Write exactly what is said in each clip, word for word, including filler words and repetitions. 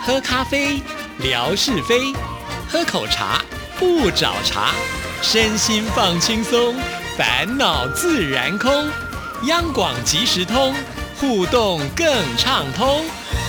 喝咖啡，聊是非；喝口茶，不找茬。身心放轻松，烦恼自然空。央广即时通，互动更畅通。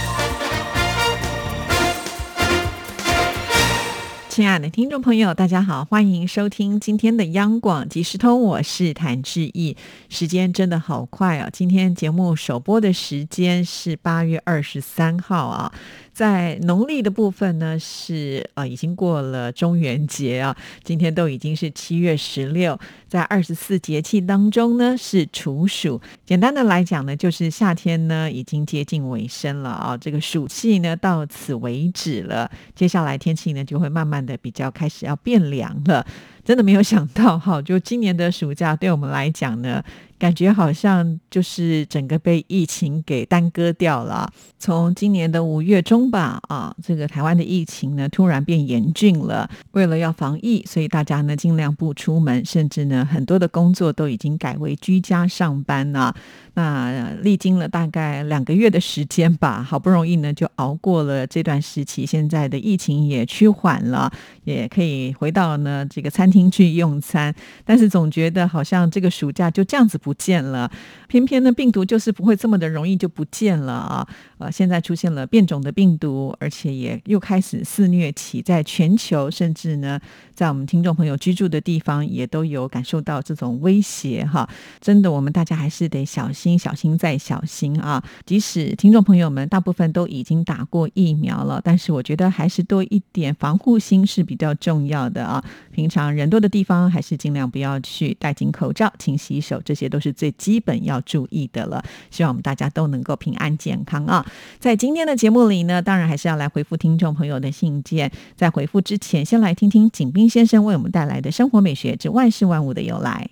亲爱的听众朋友，大家好，欢迎收听今天的央广即时通，我是谭志毅。时间真的好快啊！今天节目首播的时间是八月二十三号啊，在农历的部分呢是呃已经过了中元节啊，今天都已经是七月十六，在二十四节气当中呢是处暑。简单的来讲呢，就是夏天呢已经接近尾声了啊，这个暑气呢到此为止了，接下来天气呢就会慢慢的比较开始要变凉了。真的没有想到哈，就今年的暑假对我们来讲呢，感觉好像就是整个被疫情给耽搁掉了。从今年的五月中吧，啊，这个台湾的疫情呢突然变严峻了。为了要防疫，所以大家呢尽量不出门，甚至呢很多的工作都已经改为居家上班啊。那历经了大概两个月的时间吧，好不容易呢就熬过了这段时期，现在的疫情也趋缓了，也可以回到呢这个餐厅去用餐，但是总觉得好像这个暑假就这样子不见了，偏偏呢病毒就是不会这么的容易就不见了啊！呃，现在出现了变种的病毒，而且也又开始肆虐起，在全球甚至呢在我们听众朋友居住的地方也都有感受到这种威胁哈。真的我们大家还是得小心小心再小心啊！即使听众朋友们大部分都已经打过疫苗了，但是我觉得还是多一点防护心是比较重要的啊。平常人多的地方还是尽量不要去，戴紧口罩，勤洗手，这些都是最基本要注意的了。希望我们大家都能够平安健康啊！在今天的节目里呢，当然还是要来回复听众朋友的信件。在回复之前，先来听听景斌先生为我们带来的生活美学之万事万物的由来。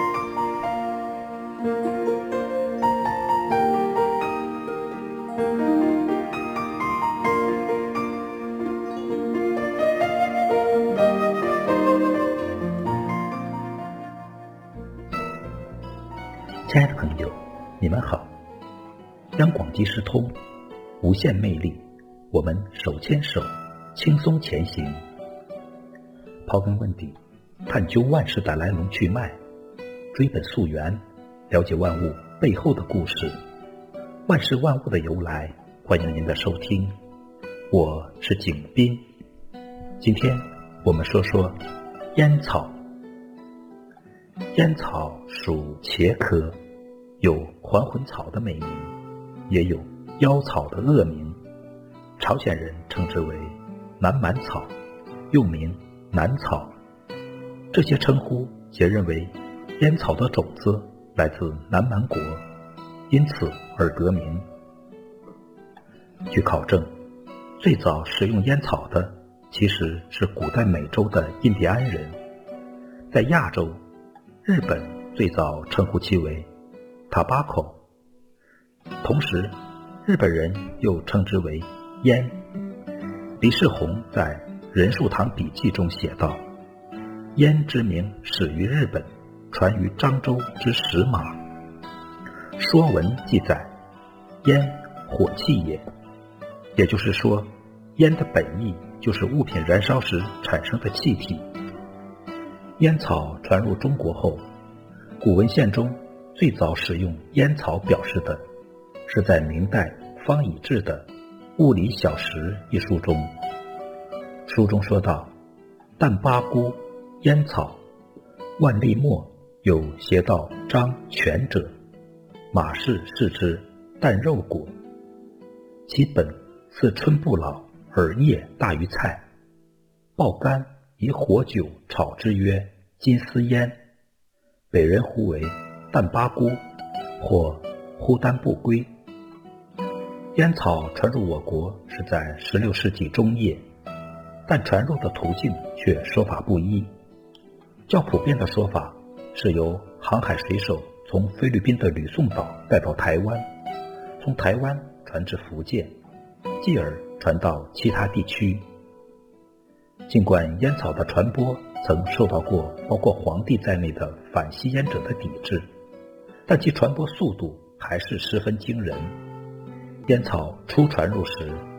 亲爱的朋友，你们好。央广即时通，无限魅力，我们手牵手，轻松前行。刨根问底，探究万事的来龙去脉，追本溯源，了解万物背后的故事，万事万物的由来。欢迎您的收听，我是景斌。今天我们说说烟草。烟草属茄科，有还魂草的美名，也有妖草的恶名。朝鲜人称之为南蛮草，又名南草。这些称呼皆认为烟草的种子来自南蛮国，因此而得名。据考证，最早食用烟草的其实是古代美洲的印第安人。在亚洲，日本最早称呼其为 tobacco， 同时日本人又称之为烟。李世宏在《仁寿堂笔记》中写道：烟之名始于日本，传于漳州之石马。说文记载，烟火气也，也就是说，烟的本意就是物品燃烧时产生的气体。烟草传入中国后，古文献中最早使用烟草表示的是在明代方以智的《物理小识》一书中。书中说道：淡巴菇、烟草、万历末有邪道张全者，马氏视之淡肉果，其本似春不老，而叶大于菜，爆干以火酒炒之曰金丝烟，北人呼为淡巴菇或呼丹不归。烟草传入我国是在十六世纪中叶，但传入的途径却说法不一。较普遍的说法是由航海水手从菲律宾的吕宋岛带到台湾，从台湾传至福建，继而传到其他地区。尽管烟草的传播曾受到过包括皇帝在内的反吸烟者的抵制，但其传播速度还是十分惊人。烟草初传入时，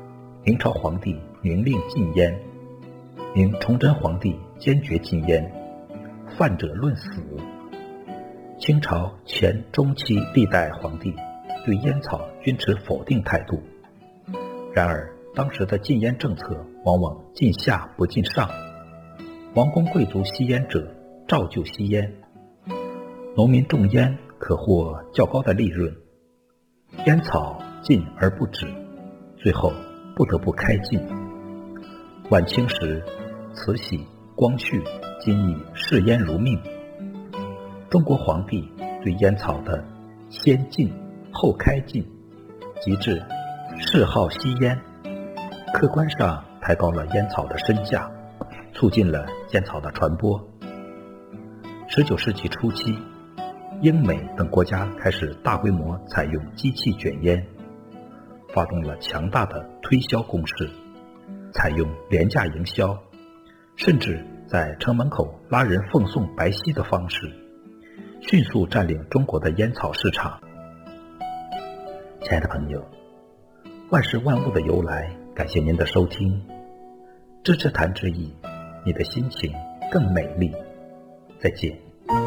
明朝皇帝明令禁烟，明崇祯皇帝坚决禁烟，犯者论死。清朝前中期历代皇帝对烟草均持否定态度，然而当时的禁烟政策往往禁下不禁上，王公贵族吸烟者照旧吸烟，农民种烟可获较高的利润，烟草禁而不止，最后不得不开禁。晚清时，慈禧、光绪均以嗜烟如命。中国皇帝对烟草的先禁后开禁，极致嗜好吸烟，客观上抬高了烟草的身价，促进了烟草的传播。十九世纪初期，英美等国家开始大规模采用机器卷烟，发动了强大的推销攻势，采用廉价营销，甚至在城门口拉人奉送白皙的方式，迅速占领中国的烟草市场。亲爱的朋友，万事万物的由来，感谢您的收听。支持谭志毅，你的心情更美丽。再见。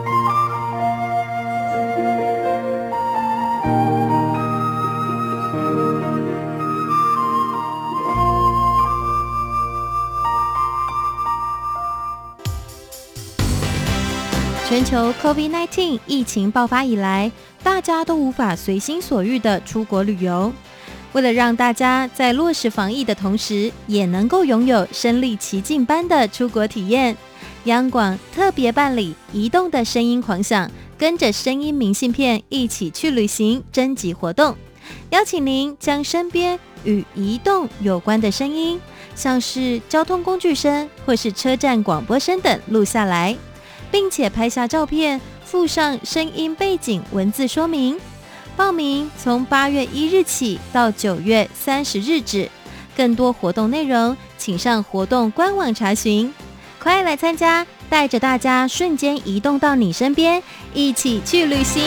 全球 COVID 十九 疫情爆发以来，大家都无法随心所欲地出国旅游。为了让大家在落实防疫的同时，也能够拥有身临其境般的出国体验，央广特别办理移动的声音狂想，跟着声音明信片一起去旅行征集活动，邀请您将身边与移动有关的声音，像是交通工具声或是车站广播声等录下来，并且拍下照片，附上声音背景文字说明。报名从八月一日起到九月三十日止，更多活动内容请上活动官网查询。快来参加，带着大家瞬间移动到你身边，一起去旅行。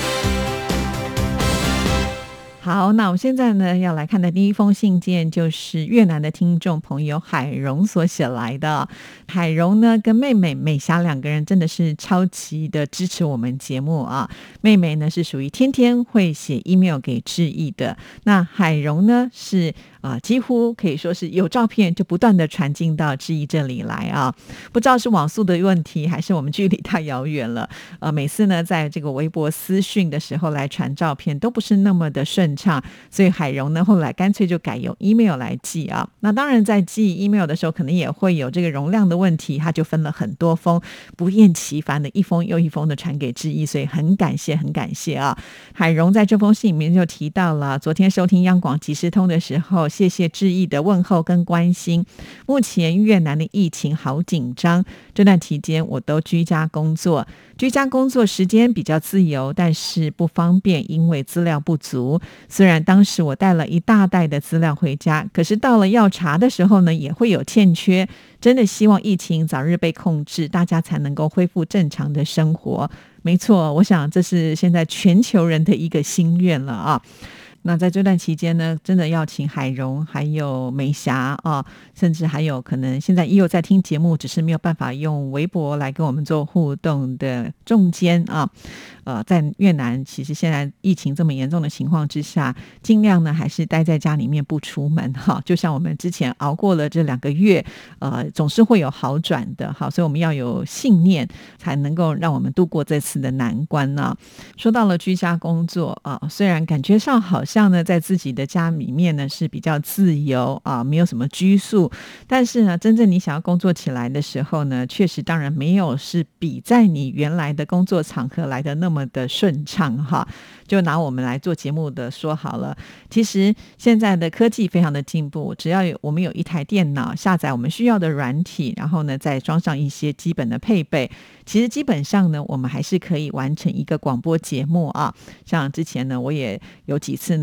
好，那我们现在呢要来看的第一封信件就是越南的听众朋友海荣所写来的。海荣呢跟妹妹美霞两个人真的是超级的支持我们节目啊。妹妹呢是属于天天会写 email 给志毅的，那海荣呢是啊，几乎可以说是有照片就不断的传进到志毅这里来啊。不知道是网速的问题还是我们距离太遥远了，呃，每次呢在这个微博私讯的时候来传照片都不是那么的顺畅，所以海荣呢后来干脆就改用 email 来寄啊。那当然在寄 email 的时候可能也会有这个容量的问题，他就分了很多封，不厌其烦的一封又一封的传给志毅，所以很感谢很感谢啊。海荣在这封信里面就提到了昨天收听央广即时通的时候，谢谢志毅的问候跟关心。目前越南的疫情好紧张，这段期间我都居家工作，居家工作时间比较自由，但是不方便，因为资料不足。虽然当时我带了一大袋的资料回家，可是到了要查的时候呢，也会有欠缺。真的希望疫情早日被控制，大家才能够恢复正常的生活。没错，我想这是现在全球人的一个心愿了啊。那在这段期间呢，真的要请海荣还有美霞啊，甚至还有可能现在也有在听节目，只是没有办法用微博来跟我们做互动的中间啊，呃，在越南其实现在疫情这么严重的情况之下，尽量呢还是待在家里面不出门哈。就像我们之前熬过了这两个月，呃，总是会有好转的哈，所以我们要有信念，才能够让我们度过这次的难关呢、啊。说到了居家工作啊，虽然感觉上好像呢在自己的家里面呢是比较自由啊，没有什么拘束，但是呢，真正你想要工作起来的时候呢，确实当然没有是比在你原来的工作场合来的那么的顺畅哈。就拿我们来做节目的说好了，其实现在的科技非常的进步，只要有我们有一台电脑，下载我们需要的软体，然后呢再装上一些基本的配备，其实基本上呢我们还是可以完成一个广播节目啊。像之前呢我也有几次呢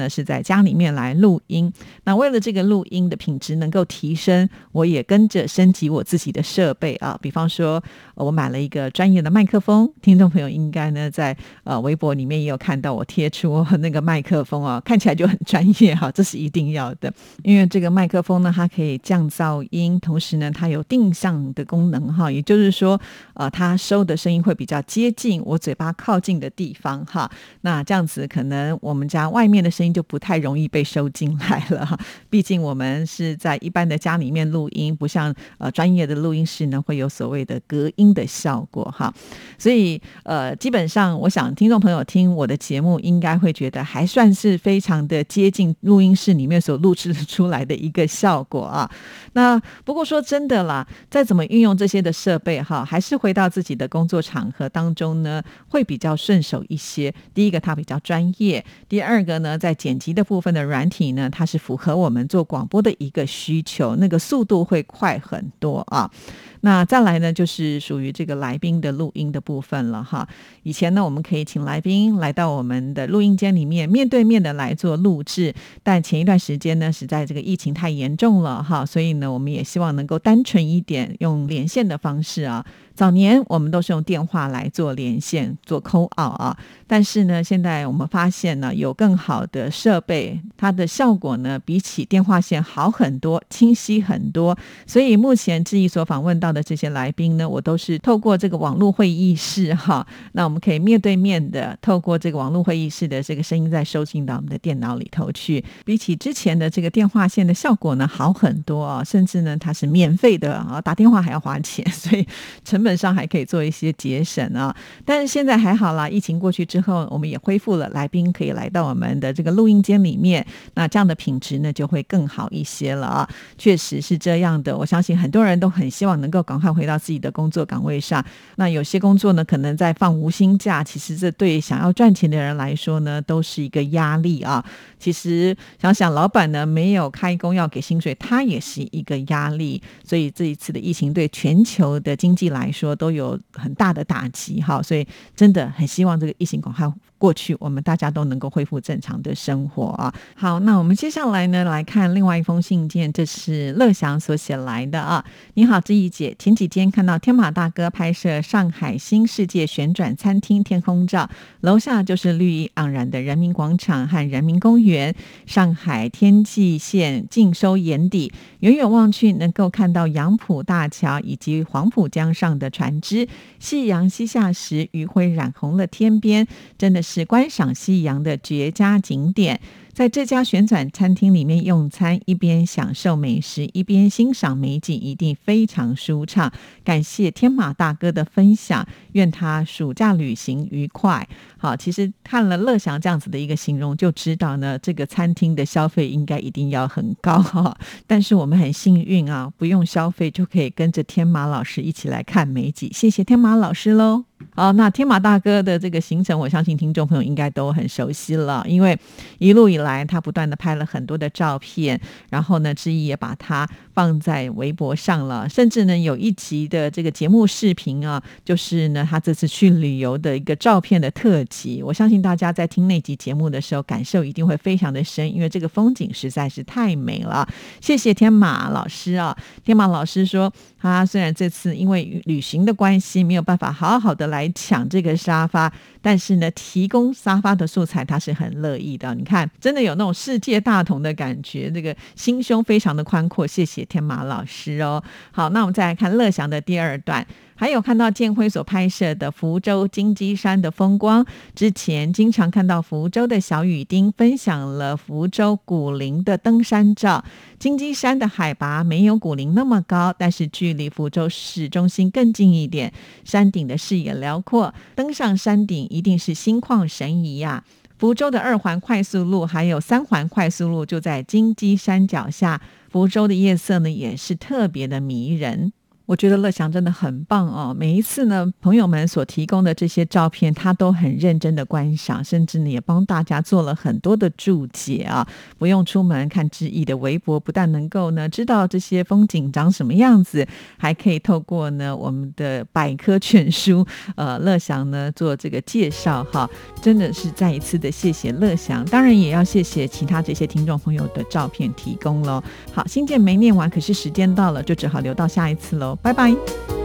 呢是在家里面来录音。那为了这个录音的品质能够提升，我也跟着升级我自己的设备啊，比方说我买了一个专业的麦克风，听众朋友应该呢在呃微博里面也有看到我贴出那个麦克风啊，看起来就很专业哈，这是一定要的。因为这个麦克风呢，它可以降噪音，同时呢它有定向的功能哈，也就是说呃它收的声音会比较接近我嘴巴靠近的地方哈，那这样子可能我们家外面的声音就不太容易被收进来了哈，毕竟我们是在一般的家里面录音，不像呃专业的录音室呢会有所谓的隔音的效果哈，所以呃基本上我想听众朋友听我的节目应该会觉得还算是非常的接近录音室里面所录制出来的一个效果啊。那不过说真的啦，再怎么运用这些的设备哈，还是回到自己的工作场合当中呢会比较顺手一些。第一个它比较专业，第二个呢在剪辑的部分的软体呢，它是符合我们做广播的一个需求，那个速度会快很多啊。那再来呢就是属于这个来宾的录音的部分了哈。以前呢我们可以请来宾来到我们的录音间里面面对面的来做录制，但前一段时间呢实在这个疫情太严重了哈，所以呢我们也希望能够单纯一点，用连线的方式啊。早年我们都是用电话来做连线做 call out 啊，但是呢现在我们发现呢有更好的设备，它的效果呢比起电话线好很多，清晰很多，所以目前志毅所访问到的这些来宾呢，我都是透过这个网络会议室哈，那我们可以面对面的透过这个网络会议室的这个声音再收进到我们的电脑里头去，比起之前的这个电话线的效果呢好很多啊，甚至呢它是免费的啊，打电话还要花钱，所以成本上还可以做一些节省啊。但是现在还好啦，疫情过去之后我们也恢复了来宾可以来到我们的这个录音间里面，那这样的品质呢就会更好一些了啊。确实是这样的，我相信很多人都很希望能够赶快回到自己的工作岗位上，那有些工作呢可能在放无薪假，其实这对想要赚钱的人来说呢都是一个压力啊。其实想想老板呢没有开工要给薪水，他也是一个压力，所以这一次的疫情对全球的经济来说都有很大的打击哈，所以真的很希望这个疫情赶快过去，我们大家都能够恢复正常的生活啊。好，那我们接下来呢来看另外一封信件，这是乐祥所写来的啊。你好，志毅姐，前几天看到天马大哥拍摄上海新世界旋转餐厅天空照，楼下就是绿意盎然的人民广场和人民公园，上海天际线尽收眼底，远远望去能够看到杨浦大桥以及黄浦江上的船只，夕阳西下时余晖染红了天边，真的是观赏夕阳的绝佳景点。在这家旋转餐厅里面用餐，一边享受美食一边欣赏美景，一定非常舒畅。感谢天马大哥的分享，愿他暑假旅行愉快。好，其实看了乐祥这样子的一个形容就知道呢，这个餐厅的消费应该一定要很高哈。但是我们很幸运啊，不用消费就可以跟着天马老师一起来看美景，谢谢天马老师喽。好，那天马大哥的这个行程我相信听众朋友应该都很熟悉了，因为一路以来他不断的拍了很多的照片，然后呢志毅也把它放在微博上了，甚至呢有一集的这个节目视频啊，就是呢他这次去旅游的一个照片的特辑，我相信大家在听那集节目的时候感受一定会非常的深，因为这个风景实在是太美了。谢谢天马老师啊。天马老师说他虽然这次因为旅行的关系没有办法好好的来抢这个沙发，但是呢提供沙发的素材他是很乐意的，你看真的有那种世界大同的感觉，这个心胸非常的宽阔，谢谢天马老师哦。好，那我们再来看乐祥的第二段，还有看到建辉所拍摄的福州金鸡山的风光，之前经常看到福州的小雨丁分享了福州古陵的登山照，金鸡山的海拔没有古陵那么高，但是距离福州市中心更近一点，山顶的视野辽阔，登上山顶一定是心旷神怡啊。福州的二环快速路还有三环快速路就在金鸡山脚下，福州的夜色呢也是特别的迷人。 我觉得乐祥真的很棒哦，每一次呢朋友们所提供的这些照片他都很认真的观赏，甚至呢也帮大家做了很多的注解啊，不用出门看志毅的微博，不但能够呢知道这些风景长什么样子，还可以透过呢我们的百科全书呃乐祥呢做这个介绍哈，真的是再一次的谢谢乐祥，当然也要谢谢其他这些听众朋友的照片提供咯。好，信件没念完，可是时间到了，就只好留到下一次咯，拜拜。